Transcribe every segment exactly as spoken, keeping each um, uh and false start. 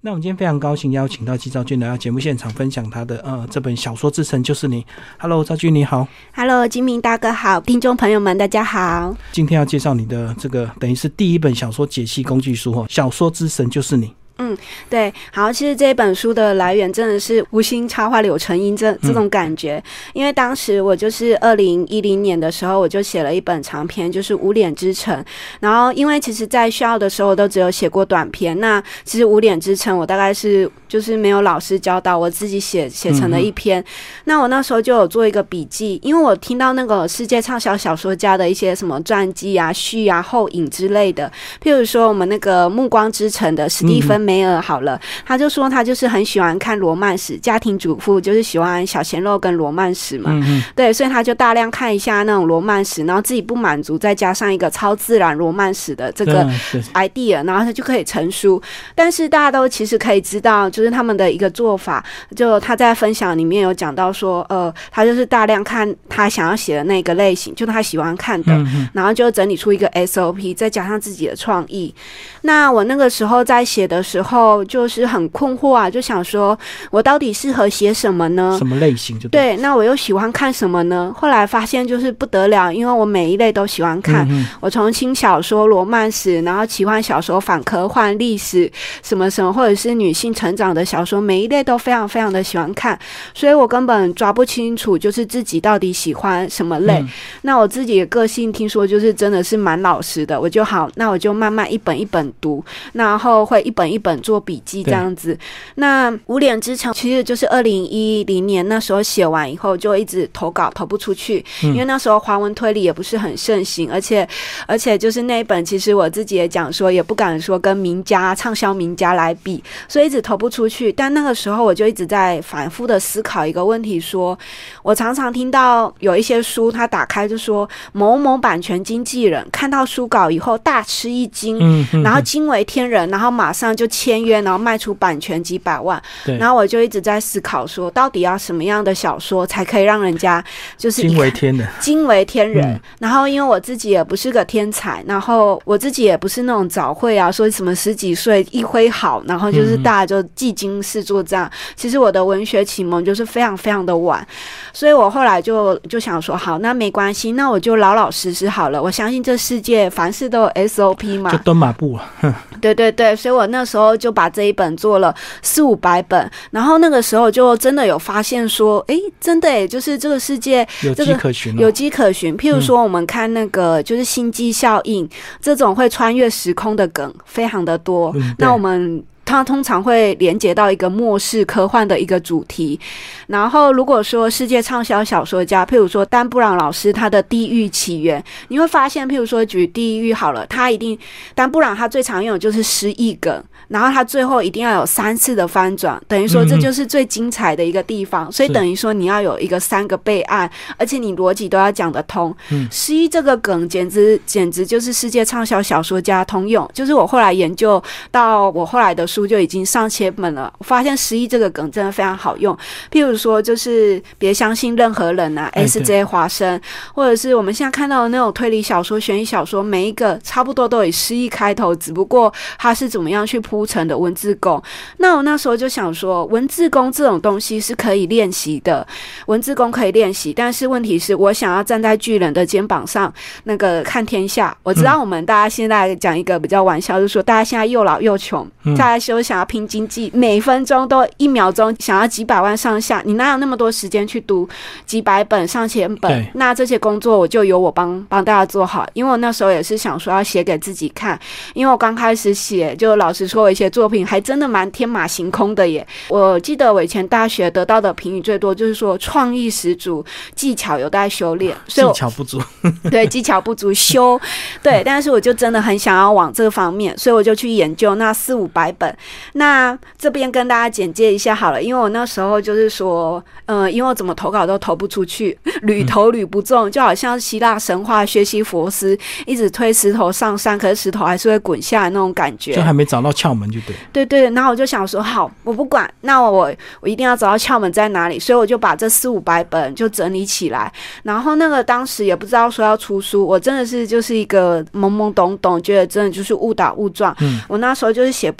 那我们今天非常高兴邀请到纪昭君来到节目现场分享她的呃这本小说之城就是你。 Hello 昭君你好。 Hello 金明大哥好，听众朋友们大家好。 今天要介绍你的这个等于是第一本小说解析工具书哦，小说之神就是你。 嗯，对，好，其实这本书的来源真的是无心插花柳成荫这这种感觉、嗯、因为当时我就是二零一零年的时候我就写了一本长篇，就是无脸之城，然后因为其实在学校的时候我都只有写过短篇，那其实无脸之城我大概是就是没有老师教导，我自己写写成了一篇、嗯、那我那时候就有做一个笔记，因为我听到那个世界畅销小说家的一些什么传记啊序啊后引之类的，譬如说我们那个暮光之城的史蒂芬梅尔好了、嗯、他就说他就是很喜欢看罗曼史，家庭主妇就是喜欢小鲜肉跟罗曼史嘛、嗯、对，所以他就大量看一下那种罗曼史，然后自己不满足再加上一个超自然罗曼史的这个 idea、嗯、然后他就可以成书。但是大家都其实可以知道就是他们的一个做法，就他在分享里面有讲到说呃，他就是大量看他想要写的那个类型，就他喜欢看的、嗯、然后就整理出一个 S O P 再加上自己的创意。那我那个时候在写的时候就是很困惑啊，就想说我到底适合写什么呢？ 什么类型就对, 对那我又喜欢看什么呢？后来发现就是不得了，因为我每一类都喜欢看、嗯、我从轻小说罗曼史，然后奇幻小说反科幻历史什么什么，或者是女性成长的小说，每一类都非常非常的喜欢看，所以我根本抓不清楚就是自己到底喜欢什么类、嗯、那我自己的个性听说就是真的是蛮老实的，我就好那我就慢慢一本一本读，然后会一本一本做笔记这样子。那无脸之城其实就是二零一零年那时候写完以后就一直投稿投不出去、嗯、因为那时候华文推理也不是很盛行，而且而且就是那一本其实我自己也讲说也不敢说跟名家畅销名家来比，所以一直投不出去。但那个时候我就一直在反复的思考一个问题，说我常常听到有一些书他打开就说某某版权经纪人看到书稿以后大吃一惊、嗯嗯、然后惊为天人，然后马上就签约，然后卖出版权几百万。然后我就一直在思考说到底要什么样的小说才可以让人家就是惊为天人惊为天人、嗯、然后因为我自己也不是个天才，然后我自己也不是那种早会啊说什么十几岁一挥好然后就是大家就技惊四座这样、嗯、其实我的文学启蒙就是非常非常的晚，所以我后来就就想说好那没关系，那我就老老实实好了，我相信这世界凡事都有 S O P 嘛， 就蹲马步了对对对，所以我那时候就把这一本做了四五百本，然后那个时候就真的有发现说诶真的耶，就是这个世界有迹可循、哦、 有迹可循。譬如说我们看那个就是星际效应、嗯、这种会穿越时空的梗非常的多、嗯、那我们它通常会连接到一个末世科幻的一个主题。然后如果说世界畅销小说家譬如说丹布朗老师他的地狱起源，你会发现譬如说举地狱好了，他一定丹布朗他最常用的就是失忆梗，然后他最后一定要有三次的翻转，等于说这就是最精彩的一个地方、嗯、所以等于说你要有一个三个备案，而且你逻辑都要讲得通、嗯、失忆这个梗简直简直就是世界畅销小说家通用，就是我后来研究到我后来的书就已经上千本了，我发现失忆这个梗真的非常好用。譬如说就是别相信任何人啊、哎、S J 华生，或者是我们现在看到的那种推理小说悬疑小说，每一个差不多都以失忆开头，只不过它是怎么样去铺陈的文字功。那我那时候就想说文字功这种东西是可以练习的，文字功可以练习，但是问题是我想要站在巨人的肩膀上那个看天下。我知道我们大家现在讲一个比较玩笑，就是说大家现在又老又穷、嗯、大家都想要拼经济，每分钟都一秒钟想要几百万上下，你哪有那么多时间去读几百本上千本？那这些工作我就由我帮帮大家做好，因为我那时候也是想说要写给自己看，因为我刚开始写就老实说我一些作品还真的蛮天马行空的耶。我记得我以前大学得到的评语最多就是说创意十足，技巧有待修炼，所以技巧不足对，技巧不足修对，但是我就真的很想要往这个方面，所以我就去研究那四五百本。那这边跟大家简介一下好了，因为我那时候就是说呃，因为我怎么投稿都投不出去，屡投屡不中，就好像希腊神话学习佛斯一直推石头上山，可是石头还是会滚下来那种感觉， 就还没找到窍门就对对对。然后我就想说好，我不管，那我我一定要找到窍门在哪里，所以我就把这四五百本就整理起来。然后那个当时也不知道说要出书，我真的是就是一个懵懵懂懂，觉得真的就是误打误撞、嗯、我那时候就是写部落格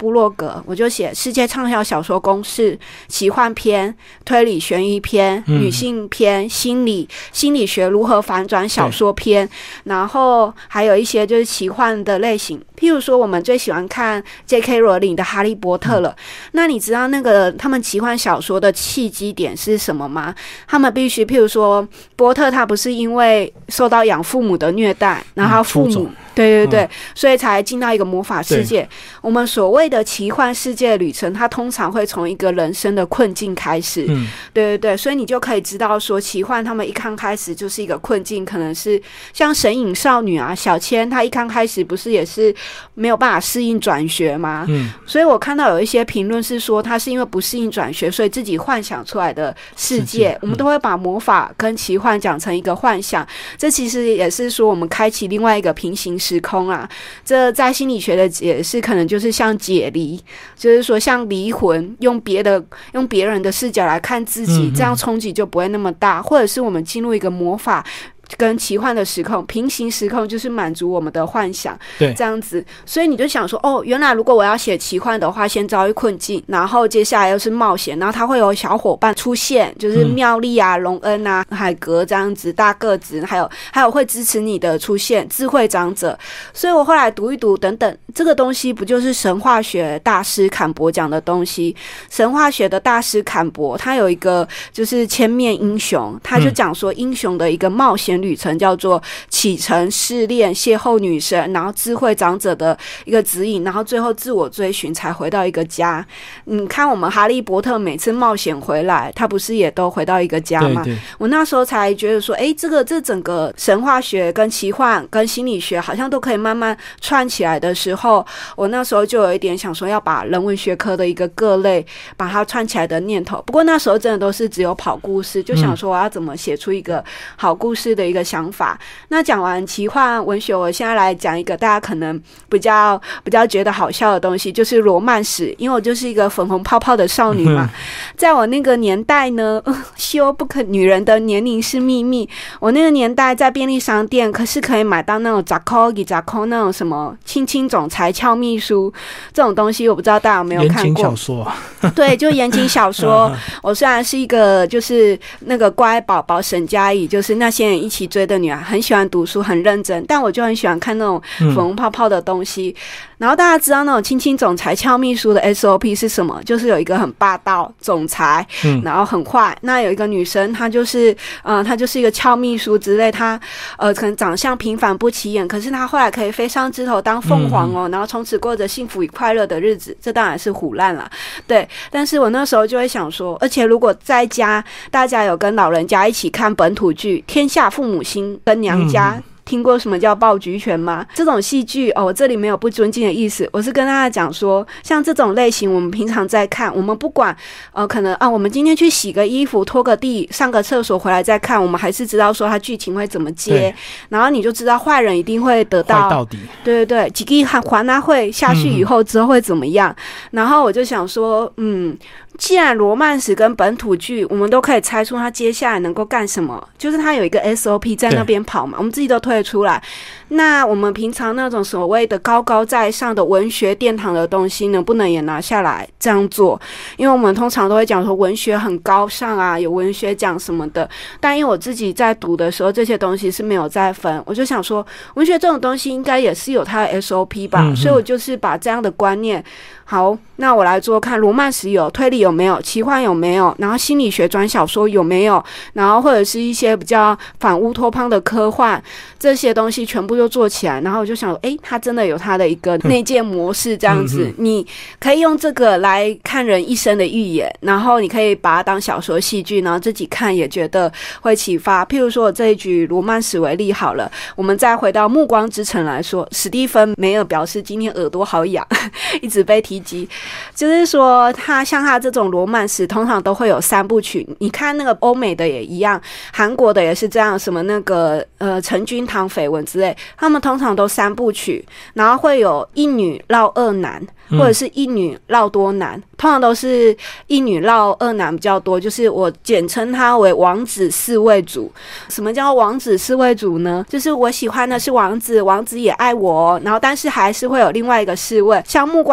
个，我就写世界畅销小说公式、奇幻篇、推理悬疑篇、嗯、女性篇、心理心理学如何反转小说篇，然后还有一些就是奇幻的类型，譬如说我们最喜欢看 J K 罗琳的哈利波特了、嗯、那你知道那个他们奇幻小说的契机点是什么吗？他们必须譬如说波特他不是因为受到养父母的虐待，然后他父母、嗯、对对对、嗯、所以才进到一个魔法世界。我们所谓的奇幻世界的旅程，它通常会从一个人生的困境开始、嗯、对对对，所以你就可以知道说奇幻他们一刚开始就是一个困境，可能是像神隐少女啊，小千她一刚开始不是也是没有办法适应转学吗、嗯、所以我看到有一些评论是说她是因为不适应转学，所以自己幻想出来的世界、嗯、我们都会把魔法跟奇幻讲成一个幻想，这其实也是说我们开启另外一个平行时空啊。这在心理学的解释可能就是像解离，就是说像离魂，用别的用别人的视角来看自己、嗯、这样冲击就不会那么大，或者是我们进入一个魔法跟奇幻的时空，平行时空就是满足我们的幻想，对，这样子。所以你就想说，哦，原来如果我要写奇幻的话，先遭遇困境，然后接下来又是冒险，然后它会有小伙伴出现，就是妙丽啊、荣恩啊、海格这样子大个子，还有还有会支持你的出现，智慧长者。所以我后来读一读，等等，这个东西不就是神话学大师坎伯讲的东西？神话学的大师坎伯，他有一个就是千面英雄，他就讲说英雄的一个冒险旅程叫做启程、试炼、邂逅女神，然后智慧长者的一个指引，然后最后自我追寻，才回到一个家。你看我们哈利波特每次冒险回来，他不是也都回到一个家吗？对对，我那时候才觉得说，哎，这个这整个神话学跟奇幻跟心理学好像都可以慢慢串起来的时候，我那时候就有一点想说要把人文学科的一个各类把它串起来的念头。不过那时候真的都是只有跑故事，就想说我要怎么写出一个好故事的一个想法。那讲完奇幻文学，我现在来讲一个大家可能比较比较觉得好笑的东西，就是罗曼史。因为我就是一个粉红泡泡的少女嘛，在我那个年代呢，修不可女人的年龄是秘密。我那个年代在便利商店可是可以买到那种十块几十块那种什么亲亲总裁俏秘书这种东西，我不知道大家有没有看过言情小说。 对，就言情小说。我虽然是一个就是那个乖宝宝沈佳宜，就是那些人一起追的女孩，很喜欢读书，很认真，但我就很喜欢看那种粉红泡泡的东西、嗯、然后大家知道那种亲亲总裁俏秘书的 S O P 是什么？就是有一个很霸道总裁、嗯、然后很坏，那有一个女生她就是呃，她就是一个俏秘书之类，她呃可能长相平凡不起眼，可是她后来可以飞上枝头当凤凰哦、嗯、然后从此过着幸福与快乐的日子，这当然是唬烂啦。对，但是我那时候就会想说，而且如果在家大家有跟老人家一起看本土剧《天下父母心》跟娘家、嗯，听过什么叫爆菊拳吗？这种戏剧哦，我这里没有不尊敬的意思，我是跟大家讲说，像这种类型，我们平常在看，我们不管呃，可能啊，我们今天去洗个衣服、拖个地、上个厕所回来再看，我们还是知道说它剧情会怎么接，然后你就知道坏人一定会得到， 坏到底， 对对对，几个还还他会下去以后之后会怎么样？嗯、然后我就想说，嗯。既然罗曼史跟本土剧我们都可以猜出他接下来能够干什么，就是他有一个 S O P 在那边跑嘛，我们自己都推得出来。那我们平常那种所谓的高高在上的文学殿堂的东西能不能也拿下来这样做？因为我们通常都会讲说文学很高尚啊，有文学奖什么的，但因为我自己在读的时候这些东西是没有在分，我就想说文学这种东西应该也是有它的 S O P 吧、嗯、所以我就是把这样的观念，好，那我来做看罗曼史有，推理有没有，奇幻有没有，然后心理学转小说有没有，然后或者是一些比较反乌托邦的科幻，这些东西全部就做起来。然后我就想诶，他真的有他的一个内建模式这样子、嗯、你可以用这个来看人一生的预言，然后你可以把它当小说戏剧，然后自己看也觉得会启发。譬如说我这一局罗曼史为例好了，我们再回到暮光之城来说，史蒂芬梅尔表示今天耳朵好痒一直被提及，就是说他像他这种罗曼史通常都会有三部曲，你看那个欧美的也一样，韩国的也是这样，什么那个呃陈君堂绯闻之类，他们通常都三部曲，然后会有一女绕二男或者是一女绕多男、嗯、通常都是一女绕二男比较多，就是我简称它为王子四位组。什么叫王子四位组呢？就是我喜欢的是王子，王子也爱我，然后但是还是会有另外一个侍卫，像暮光之城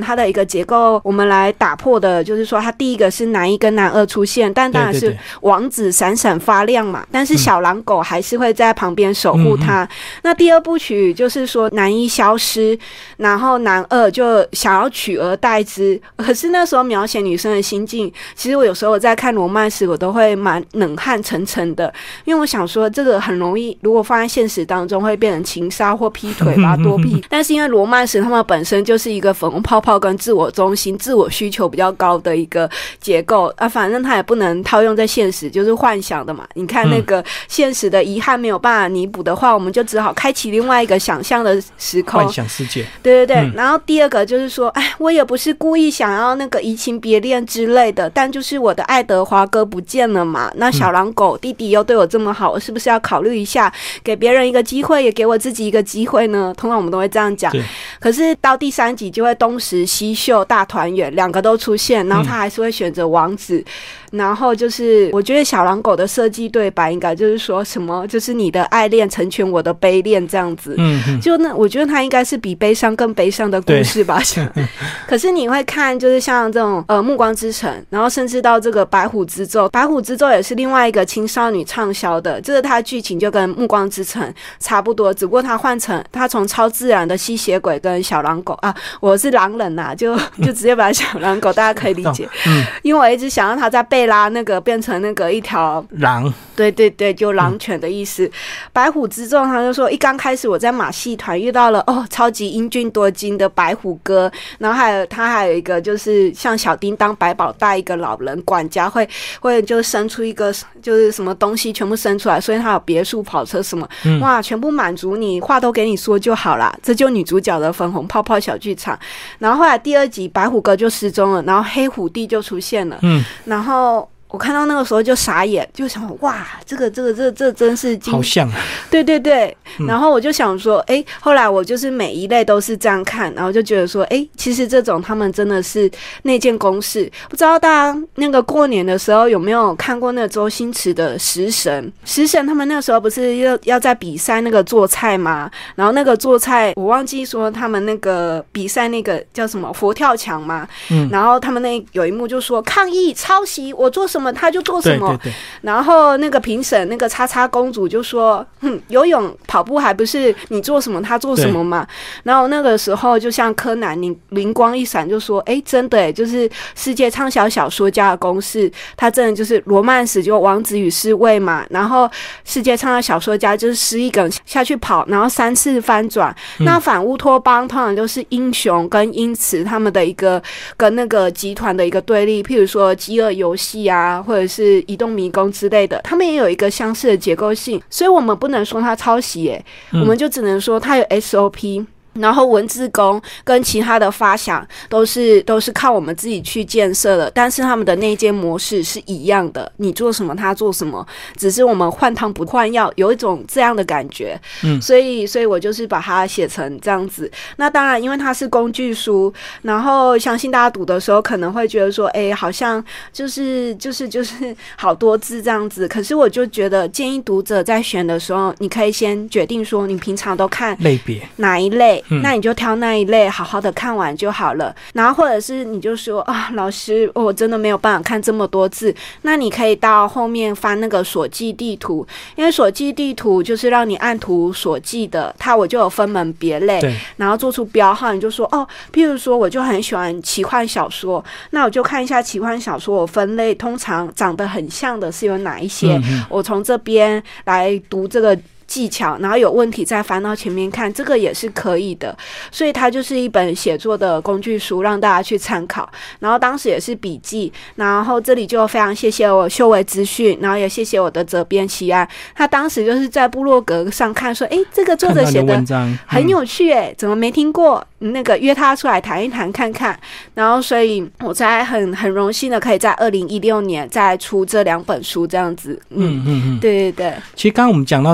它的一个结构，我们来打破的就是说，它第一个是男一跟男二出现，但当然是王子闪闪发亮嘛，但是小狼狗还是会在旁边守护他、嗯、那第二部曲就是说男一消失，然后男二就想要取而代之，可是那时候描写女生的心境，其实我有时候我在看罗曼史我都会蛮冷汗沉沉的，因为我想说这个很容易如果放在现实当中会变成情杀或劈腿吧多劈但是因为罗曼史他们本身就是一个粉红泡泡跟自我中心自我需求比较高的一个结构啊，反正它也不能套用在现实，就是幻想的嘛，你看那个现实的遗憾没有办法弥补的话，我们就只好开启另外一个想象的时空幻想世界， 对对对、嗯、然后第二个就是说哎，我也不是故意想要那个移情别恋之类的，但就是我的爱德华哥不见了嘛，那小狼狗弟弟又对我这么好，我是不是要考虑一下给别人一个机会也给我自己一个机会呢？通常我们都会这样讲，可是到第三集就会东石西秀大团圆，两个都出现，然后他还是会选择王子、嗯、然后就是我觉得小狼狗的设计对白应该就是说什么就是你的爱恋成全我的悲恋这样子，嗯，就那我觉得他应该是比悲伤更悲伤的故事吧可是你会看就是像这种呃暮光之城，然后甚至到这个白虎之咒，白虎之咒也是另外一个青少女畅销的，这个它剧情就跟暮光之城差不多，只不过它换成它从超自然的吸血鬼跟小狼狗啊，我是狼人啊，就就直接把小狼狗大家可以理解、嗯、因为我一直想让它在贝拉那个变成那个一条狼， 对对对，就狼犬的意思、嗯、白虎之咒他就说一刚开始我在马戏团遇到了哦超级英俊多金的白虎哥，然后还有他还有一个就是像小叮当百宝袋一个老人管家会会就生出一个就是什么东西全部生出来，所以他有别墅跑车什么、嗯、哇全部满足你，话都给你说就好啦，这就女主角的粉红泡泡小剧场。然后后来第二集白虎哥就失踪了，然后黑虎弟就出现了，嗯，然后我看到那个时候就傻眼，就想哇这个这个这个这个真是好像啊， 对对对、嗯、然后我就想说哎，后来我就是每一类都是这样看，然后就觉得说哎，其实这种他们真的是内建公式。不知道大家那个过年的时候有没有看过那个周星驰的食神，食神他们那时候不是要要在比赛那个做菜吗？然后那个做菜我忘记说他们那个比赛那个叫什么佛跳墙嘛、嗯、然后他们那有一幕就说抗议抄袭，我做什么他就做什么，对对对，然后那个评审那个叉叉公主就说哼，游泳跑步还不是你做什么他做什么嘛。然后那个时候就像柯南灵光一闪就说哎，真的耶，就是世界畅销小说家的公式，他真的就是罗曼史就王子与侍卫嘛，然后世界畅销小说家就是失忆梗下去跑，然后三次翻转、嗯、那反乌托邦通常就是英雄跟因此他们的一个跟那个集团的一个对立，譬如说饥饿游戏啊或者是移动迷宫之类的，他们也有一个相似的结构性，所以我们不能说它抄袭耶、嗯、我们就只能说它有 S O P，然后文字工跟其他的发想都是都是靠我们自己去建设的，但是他们的内建模式是一样的，你做什么他做什么，只是我们换汤不换药，有一种这样的感觉。嗯，所以所以我就是把它写成这样子。那当然因为它是工具书，然后相信大家读的时候可能会觉得说哎，好像就是就是就是好多字这样子，可是我就觉得建议读者在选的时候你可以先决定说你平常都看类别哪一类，嗯、那你就挑那一类好好的看完就好了，然后或者是你就说啊，老师我真的没有办法看这么多字，那你可以到后面翻那个所记地图，因为所记地图就是让你按图所记的，它我就有分门别类，然后做出标号，你就说哦，譬如说我就很喜欢奇幻小说，那我就看一下奇幻小说我分类通常长得很像的是有哪一些、嗯、我从这边来读这个技巧，然后有问题再翻到前面看，这个也是可以的。所以它就是一本写作的工具书，让大家去参考。然后当时也是笔记，然后这里就非常谢谢我修为资讯，然后也谢谢我的责编齐安，他当时就是在部落格上看说，哎，这个作者写的很有趣，哎、嗯，怎么没听过？那个约他出来谈一谈看看。然后所以我才很很荣幸的可以在二零一六年再出这两本书这样子。嗯嗯嗯，对对对。 其实刚刚我们讲到这个小说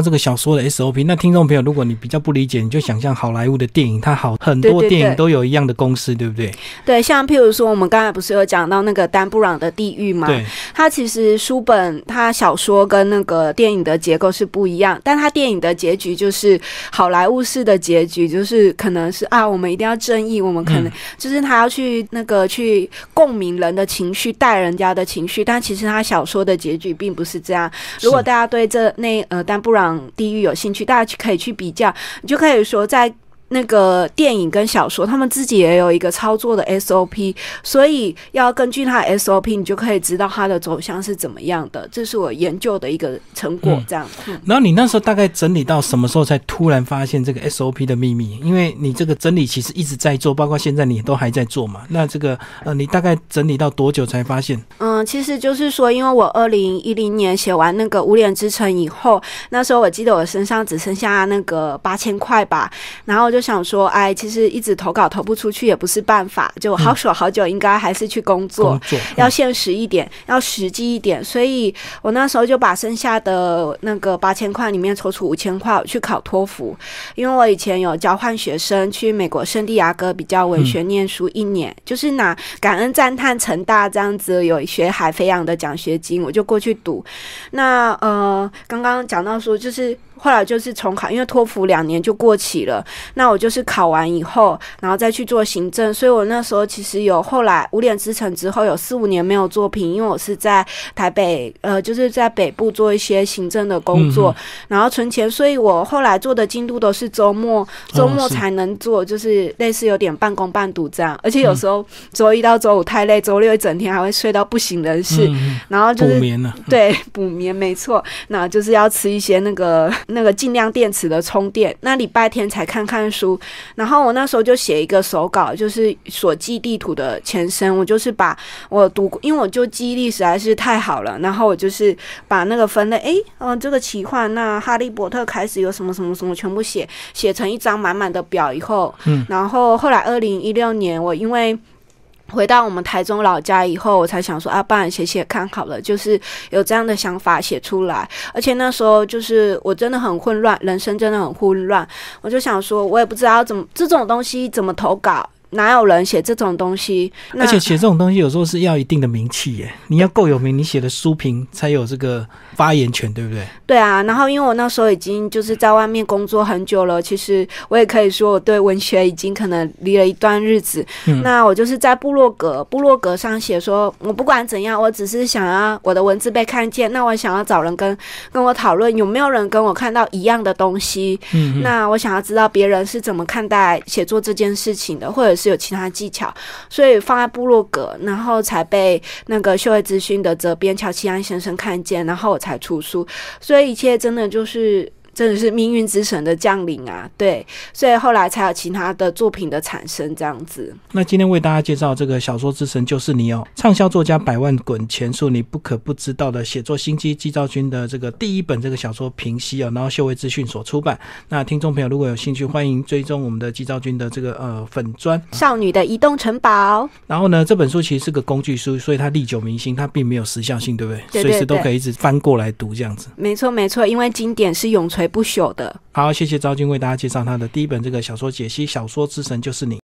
说的 S O P。那听众朋友，如果你比较不理解，你就想象好莱坞的电影，它好很多电影都有一样的公式，对不对？ 对，像譬如说我们刚才不是有讲到那个丹布朗的地狱吗？ 对， 它其实书本它小说跟那个电影的结构是不一样，但它电影的结局就是好莱坞式的结局，就是可能是啊，我们一定要正义，我们可能、嗯、就是他要去那个去共鸣人的情绪，带人家的情绪，但其实他小说的结局并不是这样。如果大家对这那呃丹布朗地狱有兴趣，大家可以去比较，你就可以说在那个电影跟小说他们自己也有一个操作的 S O P， 所以要根据它的 S O P 你就可以知道它的走向是怎么样的，这是我研究的一个成果这样、嗯嗯、 然后你那时候大概整理到什么时候才突然发现这个 S O P 的秘密？因为你这个整理其实一直在做，包括现在你都还在做嘛，那这个呃，你大概整理到多久才发现？ 嗯，其实就是说因为我二零一零年写完那个无脸之城以后，那时候我记得我身上只剩下那个八千块吧，然后我就想说哎，其实一直投稿投不出去也不是办法，就好久好久应该还是去工作、嗯、工作、嗯、要现实一点，要实际一点，所以我那时候就把剩下的那个八千块里面抽出五千块去考托福，因为我以前有交换学生去美国圣地亚哥比较文学念书一年、嗯、就是拿感恩赞叹成大这样子有学海飞扬的奖学金，我就过去读。那呃，刚刚讲到说就是后来就是重考，因为托福两年就过期了，那我就是考完以后然后再去做行政，所以我那时候其实有后来无脸之城之后有四五年没有作品，因为我是在台北呃，就是在北部做一些行政的工作、嗯、然后存钱，所以我后来做的进度都是周末周末才能做、哦、是就是类似有点半工半读这样，而且有时候周一到周五太累，周六一整天还会睡到不省人事、嗯、然后就是补眠了、啊、 对，补眠没错，那就是要吃一些那个那个尽量电池的充电，那礼拜天才看看书。然后我那时候就写一个手稿，就是所记地图的前身，我就是把我读，因为我就记忆力实在是太好了，然后我就是把那个分类，诶嗯、呃，这个奇幻，那哈利波特开始有什么什么什么全部写写成一张满满的表以后、嗯、然后后来二零一六年我因为回到我们台中老家以后，我才想说啊，不然写写看好了，就是有这样的想法写出来。而且那时候就是我真的很混乱，人生真的很混乱，我就想说我也不知道怎么这种东西怎么投稿，哪有人写这种东西？ 而且写这种东西有时候是要一定的名气耶，你要够有名，你写的书评才有这个发言权，对不对？ 对啊，然后因为我那时候已经就是在外面工作很久了，其实我也可以说我对文学已经可能离了一段日子、嗯、那我就是在部落格部落格上写说我不管怎样，我只是想要我的文字被看见，那我想要找人跟跟我讨论有没有人跟我看到一样的东西、嗯、那我想要知道别人是怎么看待写作这件事情的，或者是有其他技巧，所以放在部落格，然后才被那个秀慧资讯的责编乔奇安先生看见，然后我才出书，所以一切真的就是真的是命运之神的降临啊，对，所以后来才有其他的作品的产生这样子。 那今天为大家介绍这个小说之神就是你哦，畅销作家百万滚前述你不可不知道的写作心机，纪兆君的这个第一本这个小说评析哦，然后秀慧资讯所出版。那听众朋友如果有兴趣，欢迎追踪我们的纪兆君的这个呃粉专少女的移动城堡。 然后呢，这本书其实是个工具书，所以它历久弥新，它并没有时效性，对不对？ 对对对， 随时都可以一直翻过来读这样子。 没错没错，因为经典是永垂不朽的。 好，谢谢兆君为大家介绍他的第一本这个小说解析，小说之神就是你。